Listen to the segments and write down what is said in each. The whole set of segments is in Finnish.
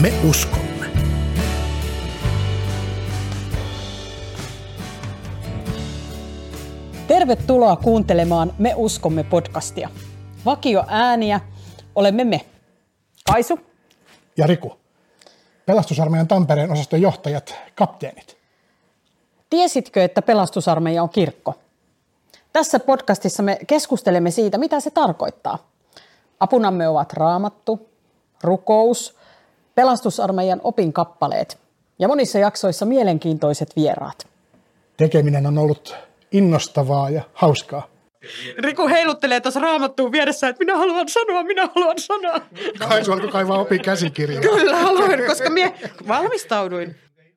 Me uskomme. Tervetuloa kuuntelemaan Me uskomme podcastia. Vakio ääniä olemme me, Kaisu ja Riku, Pelastusarmeijan Tampereen osaston johtajat, kapteenit. Tiesitkö, että Pelastusarmeija on kirkko? Tässä podcastissa me keskustelemme siitä, mitä se tarkoittaa. Apunamme ovat Raamattu, rukous, Pelastusarmeijan opinkappaleet ja monissa jaksoissa mielenkiintoiset vieraat. Tekeminen on ollut innostavaa ja hauskaa. Riku heiluttelee tuossa Raamattuun vieressä, että minä haluan sanoa. Kaisu alkoi kaivaa opin käsikirjaa. Kyllä haluan, koska minä valmistauduin.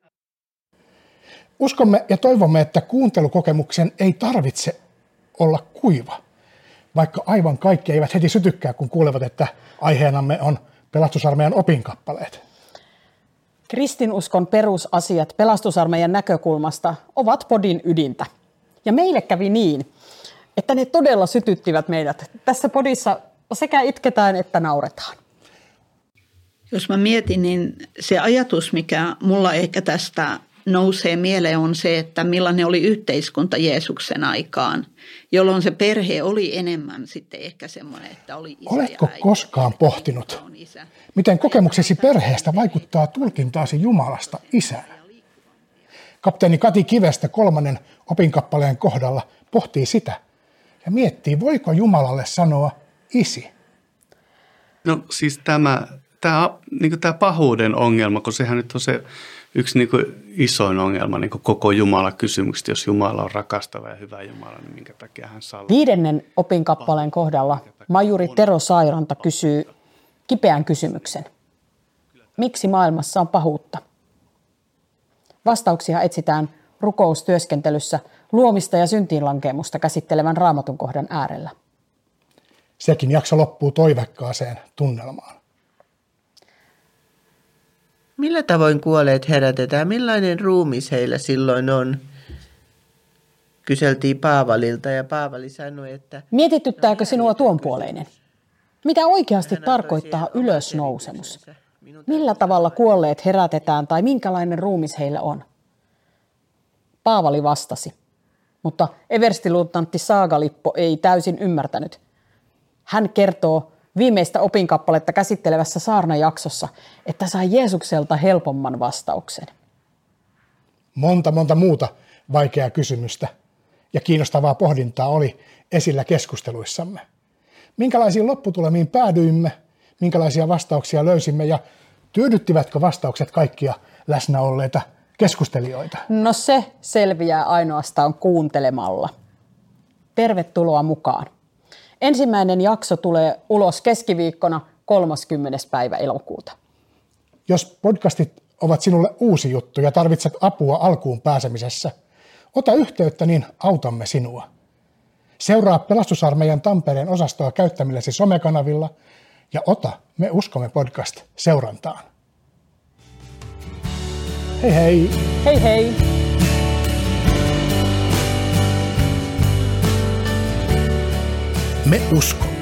Uskomme ja toivomme, että kuuntelukokemuksen ei tarvitse olla kuiva, vaikka aivan kaikki eivät heti sytykää, kun kuulevat, että aiheenamme on Pelastusarmeijan opinkappaleet. Kristinuskon perusasiat Pelastusarmeijan näkökulmasta ovat podin ydintä. Ja meille kävi niin, että ne todella sytyttivät meidät. Tässä podissa sekä itketään että nauretaan. Jos mä mietin, niin se ajatus, mikä mulla ehkä tästä nousee mieleen, on se, että millainen oli yhteiskunta Jeesuksen aikaan, jolloin se perhe oli enemmän sitten ehkä semmoinen, että oli isä. Oletko koskaan pohtinut, miten kokemuksesi perheestä vaikuttaa tulkintaasi Jumalasta isänä? Kapteeni Kati Kivestä 3. opinkappaleen kohdalla pohtii sitä ja miettii, voiko Jumalalle sanoa isi? No siis tämä pahuuden ongelma, kun sehän nyt on se yksi isoin ongelma koko Jumala-kysymyksestä. Jos Jumala on rakastava ja hyvä Jumala, niin minkä takia hän sallii? 5. opinkappaleen kohdalla majuri Tero Sairanta kysyy kipeän kysymyksen. Miksi maailmassa on pahuutta? Vastauksia etsitään rukoustyöskentelyssä luomista ja syntiinlankemusta käsittelevän Raamatun kohdan äärellä. Sekin jakso loppuu toivekkaaseen tunnelmaan. Millä tavoin kuolleet herätetään? Millainen ruumis heillä silloin on? Kyseltiin Paavalilta ja Paavali sanoi, että... Mietityttääkö sinua tuonpuoleinen? Mitä oikeasti tarkoittaa ylösnousemus? Millä tavalla kuolleet herätetään tai minkälainen ruumis heillä on? Paavali vastasi, mutta everstiluutnantti Saagalippo ei täysin ymmärtänyt. Hän kertoo viimeistä opinkappaletta käsittelevässä saarnajaksossa, että sai Jeesukselta helpomman vastauksen. Monta muuta vaikeaa kysymystä ja kiinnostavaa pohdintaa oli esillä keskusteluissamme. Minkälaisiin lopputulemiin päädyimme, minkälaisia vastauksia löysimme ja tyydyttivätkö vastaukset kaikkia läsnä olleita keskustelijoita? No se selviää ainoastaan kuuntelemalla. Tervetuloa mukaan. Ensimmäinen jakso tulee ulos keskiviikkona 30. päivä elokuuta. Jos podcastit ovat sinulle uusi juttu ja tarvitset apua alkuun pääsemisessä, ota yhteyttä, niin autamme sinua. Seuraa Pelastusarmeijan Tampereen osastoa käyttämilläsi somekanavilla ja ota Me uskomme podcast seurantaan. Hei hei! Hei hei! Me uskomme.